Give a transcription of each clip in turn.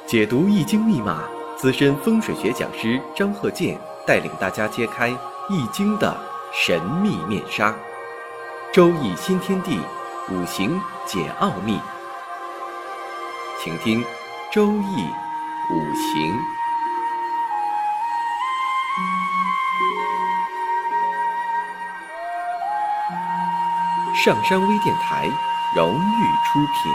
解读易经密码，资深风水学讲师张鹤剑带领大家揭开易经的神秘面纱。周易新天地，五行解奥秘。请听周易五行。上山微电台荣誉出品。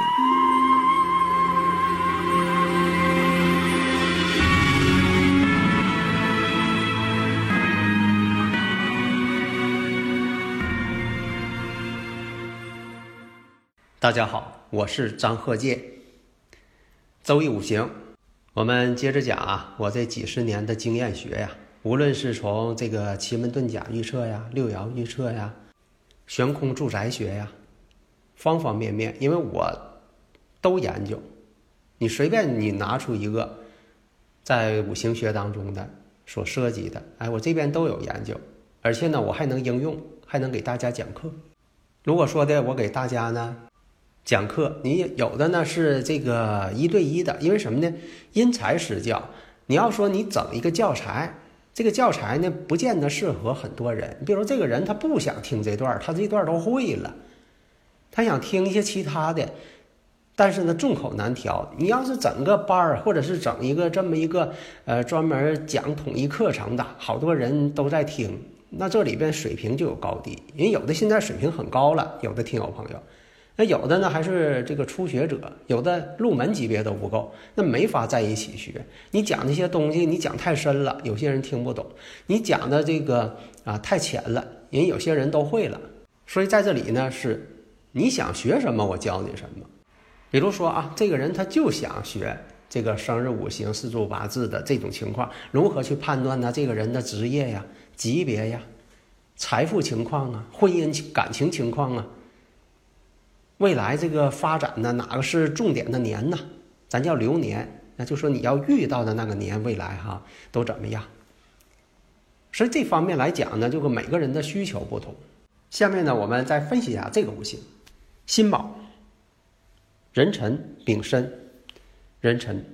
大家好，我是张鹤剑。周易五行，我们接着讲啊，我这几十年的经验学呀，无论是从这个奇门遁甲预测呀、六爻预测呀、悬空住宅学呀，方方面面，因为我都研究。你随便你拿出一个在五行学当中的所涉及的，我这边都有研究，而且呢，我还能应用，还能给大家讲课。如果说的我给大家呢讲课，你有的呢是这个1对1的，因为什么呢？因材施教。你要说你整一个教材，这个教材呢不见得适合很多人。比如这个人他不想听这段，他这段都会了，他想听一些其他的，但是呢众口难调。你要是整个班儿，或者是整一个这么一个专门讲统一课程的，好多人都在听，那这里边水平就有高低。因为有的现在水平很高了，有的听友朋友。那有的呢还是这个初学者，有的入门级别都不够，那没法在一起学。你讲这些东西你讲太深了，有些人听不懂；你讲的这个太浅了，人有些人都会了。所以在这里呢，是你想学什么我教你什么。比如说这个人他就想学这个生日五行四柱八字的这种情况，如何去判断呢？这个人的职业呀、级别呀、财富情况啊、婚姻感情情况啊，未来这个发展呢，哪个是重点的年呢？咱叫流年，那就说你要遇到的那个年，未来都怎么样？所以这方面来讲呢，就是每个人的需求不同。下面呢，我们再分析一下这个五行：辛卯、壬辰、丙申、壬辰。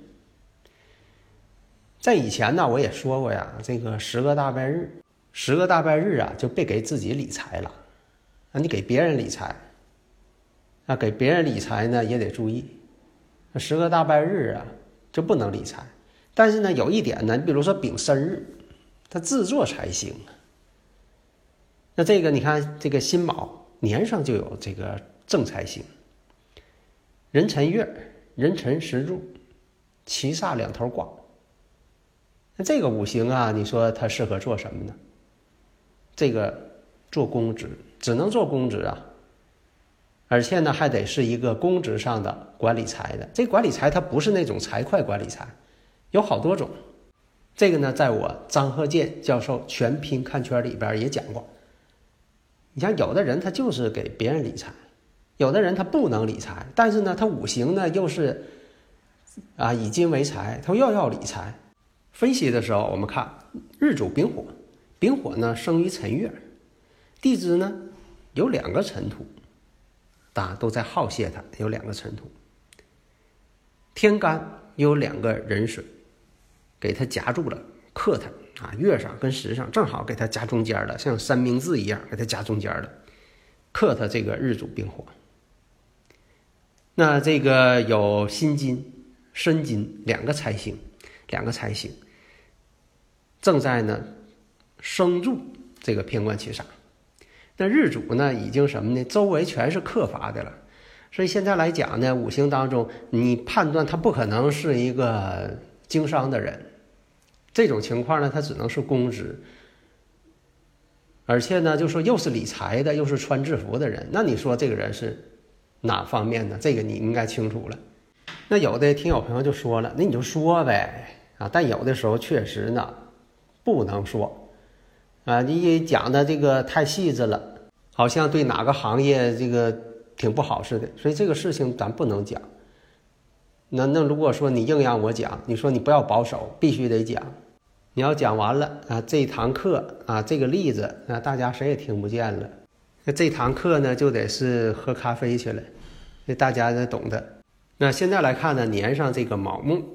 在以前呢，我也说过呀，这个10个大败日，10个大败日就别给自己理财了，你给别人理财。给别人理财呢也得注意，10个大败日就不能理财。但是呢有一点呢，比如说丙申日，它自作财星。那这个你看这个辛卯年上就有这个正财星，壬辰月、壬辰时柱，七煞两头挂。那这个五行你说它适合做什么呢？这个做公职，只能做公职而且呢还得是一个公职上的管理财的。这管理财它不是那种财会管理财，有好多种。这个呢在我张鹤剑教授全拼看圈里边也讲过。你像有的人他就是给别人理财，有的人他不能理财，但是呢他五行呢又是以金为财，他又要理财。分析的时候我们看日主丙火，丙火呢生于辰月，地支呢有2个辰土，都在耗泄它，有2个辰土。天干有2个壬水，给它夹住了，克它月上跟时上正好给它夹中间了，像三明治一样给它夹中间了，克它这个日主丙火。那这个有辛金、申金2个财星，正在呢生入这个偏官七煞。那日主呢已经什么呢？周围全是克伐的了。所以现在来讲呢，五行当中你判断他不可能是一个经商的人，这种情况呢他只能是公职。而且呢就说又是理财的，又是穿制服的人，那你说这个人是哪方面呢？这个你应该清楚了。那有的听友朋友就说了，那你就说呗但有的时候确实呢不能说你讲的这个太细致了，好像对哪个行业这个挺不好似的，所以这个事情咱不能讲。那如果说你硬让我讲，你说你不要保守，必须得讲。你要讲完了这一堂课这个例子大家谁也听不见了。那这堂课呢就得是喝咖啡去了，大家都懂的。那现在来看呢，年上这个卯木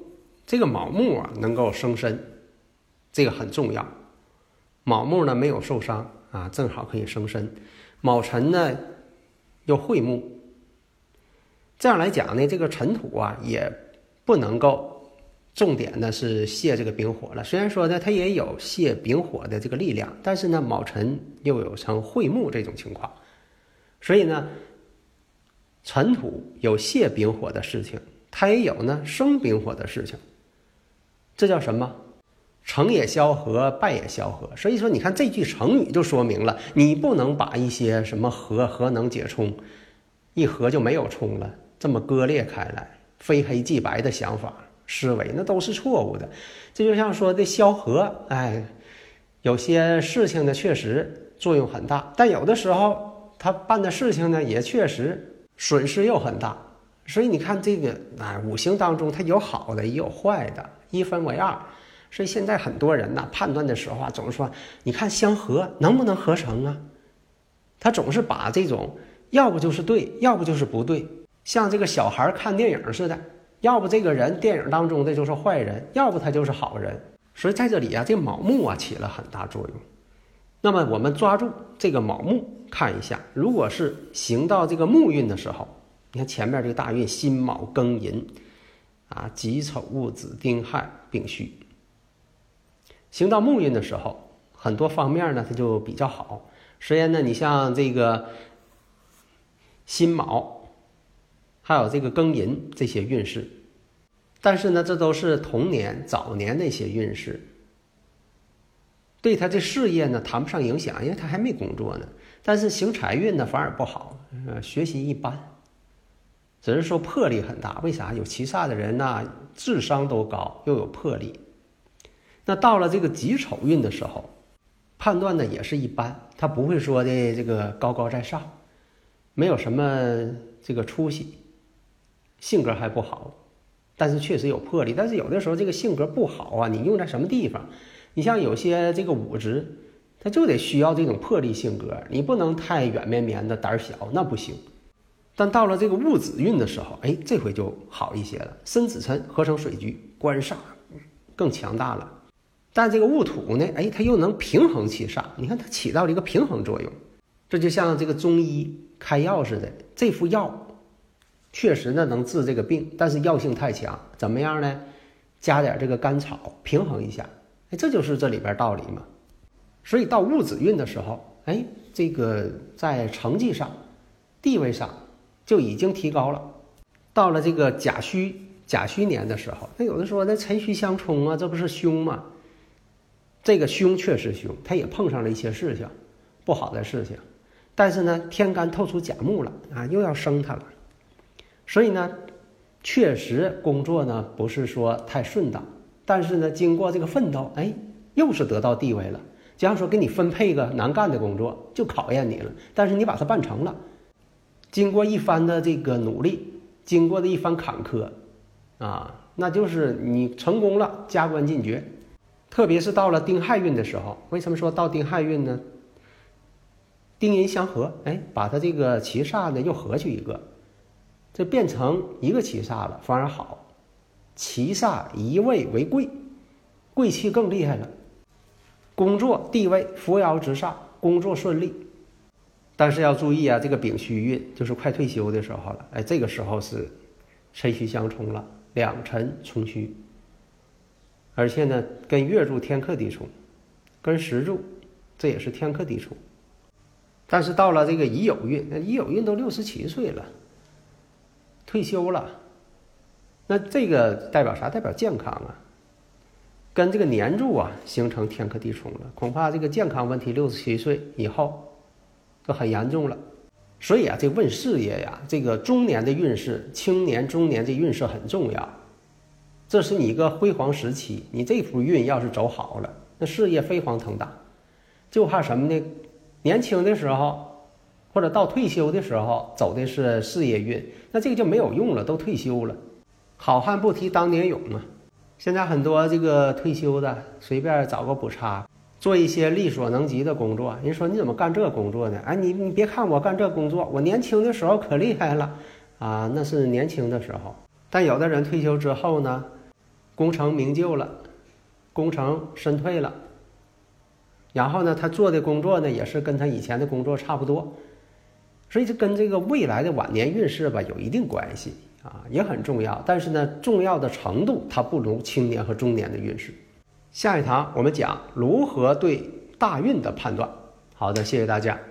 这个卯木啊能够生身，这个很重要。卯木呢没有受伤啊，正好可以生身。卯辰呢又会木，这样来讲呢，这个辰土啊也不能够重点呢是泄这个丙火了。虽然说呢它也有泄丙火的这个力量，但是呢卯辰又有成会木这种情况，所以呢辰土有泄丙火的事情，它也有呢生丙火的事情。这叫什么？成也萧何，败也萧何。所以说你看这句成语就说明了，你不能把一些什么核能解冲，一合就没有冲了，这么割裂开来，非黑即白的想法思维，那都是错误的。这就像说的萧何，有些事情呢确实作用很大，但有的时候他办的事情呢也确实损失又很大。所以你看这个五行当中它有好的也有坏的，一分为二。所以现在很多人呢判断的时候啊，总是说你看相合能不能合成啊，他总是把这种要不就是对，要不就是不对，像这个小孩看电影似的，要不这个人电影当中的就是坏人，要不他就是好人。所以在这里啊，这卯木啊起了很大作用。那么我们抓住这个卯木看一下，如果是行到这个木运的时候，你看前面这个大运辛卯庚寅己丑戊子丁亥丙戌，行到木运的时候，很多方面呢它就比较好。虽然呢你像这个辛卯还有这个庚寅这些运势，但是呢这都是童年早年那些运势，对他这事业呢谈不上影响，因为他还没工作呢。但是行财运呢反而不好，学习一般，只是说魄力很大。为啥？有七煞的人呢智商都高，又有魄力。那到了这个己丑运的时候，判断呢也是一般，他不会说的这个高高在上，没有什么这个出息，性格还不好，但是确实有魄力。但是有的时候这个性格不好啊，你用在什么地方？你像有些这个武职，他就得需要这种魄力性格，你不能太软绵绵的胆小，那不行。但到了这个戊子运的时候，这回就好一些了，申子辰合成水局，官煞更强大了。但这个戊土呢，它又能平衡七煞，你看它起到了一个平衡作用。这就像这个中医开药似的，这副药确实呢能治这个病，但是药性太强，怎么样呢？加点这个甘草平衡一下，这就是这里边道理嘛。所以到戊子运的时候，这个在成绩上、地位上就已经提高了。到了这个甲戌年的时候，那有的说那辰戌相冲啊，这不是凶吗？这个凶确实凶，他也碰上了一些事情，不好的事情。但是呢，天干透出甲木了又要生他了。所以呢，确实工作呢不是说太顺当，但是呢，经过这个奋斗，又是得到地位了。假如说给你分配个难干的工作，就考验你了，但是你把它办成了，经过一番的这个努力，经过的一番坎坷那就是你成功了，加官进爵。特别是到了丁亥运的时候，为什么说到丁亥运呢？丁寅相合，把它这个七煞呢又合去一个，这变成一个七煞了，反而好。七煞一位为贵，贵气更厉害了。工作地位扶摇直上，工作顺利。但是要注意啊，这个丙戌运就是快退休的时候了，这个时候是辰戌相冲了，两辰冲戌。而且呢，跟月柱天克地冲，跟时柱这也是天克地冲。但是到了这个乙酉运，乙酉运都67岁了，退休了，那这个代表啥？代表健康啊，跟这个年柱形成天克地冲了，恐怕这个健康问题67岁以后都很严重了。所以这问事业呀，这个中年的运势、青年、中年这运势很重要。这是你一个辉煌时期，你这幅运要是走好了，那事业飞黄腾达。就怕什么呢？年轻的时候或者到退休的时候走的是事业运，那这个就没有用了，都退休了。好汉不提当年勇啊！现在很多这个退休的随便找个补差，做一些力所能及的工作。人说你怎么干这个工作呢？你别看我干这工作，我年轻的时候可厉害了那是年轻的时候。但有的人退休之后呢， 功成名就了，功成身退了。然后呢，他做的工作呢，也是跟他以前的工作差不多，所以这跟这个未来的晚年运势吧有一定关系啊，也很重要。但是呢，重要的程度它不如青年和中年的运势。下一堂我们讲如何对大运的判断。好的，谢谢大家。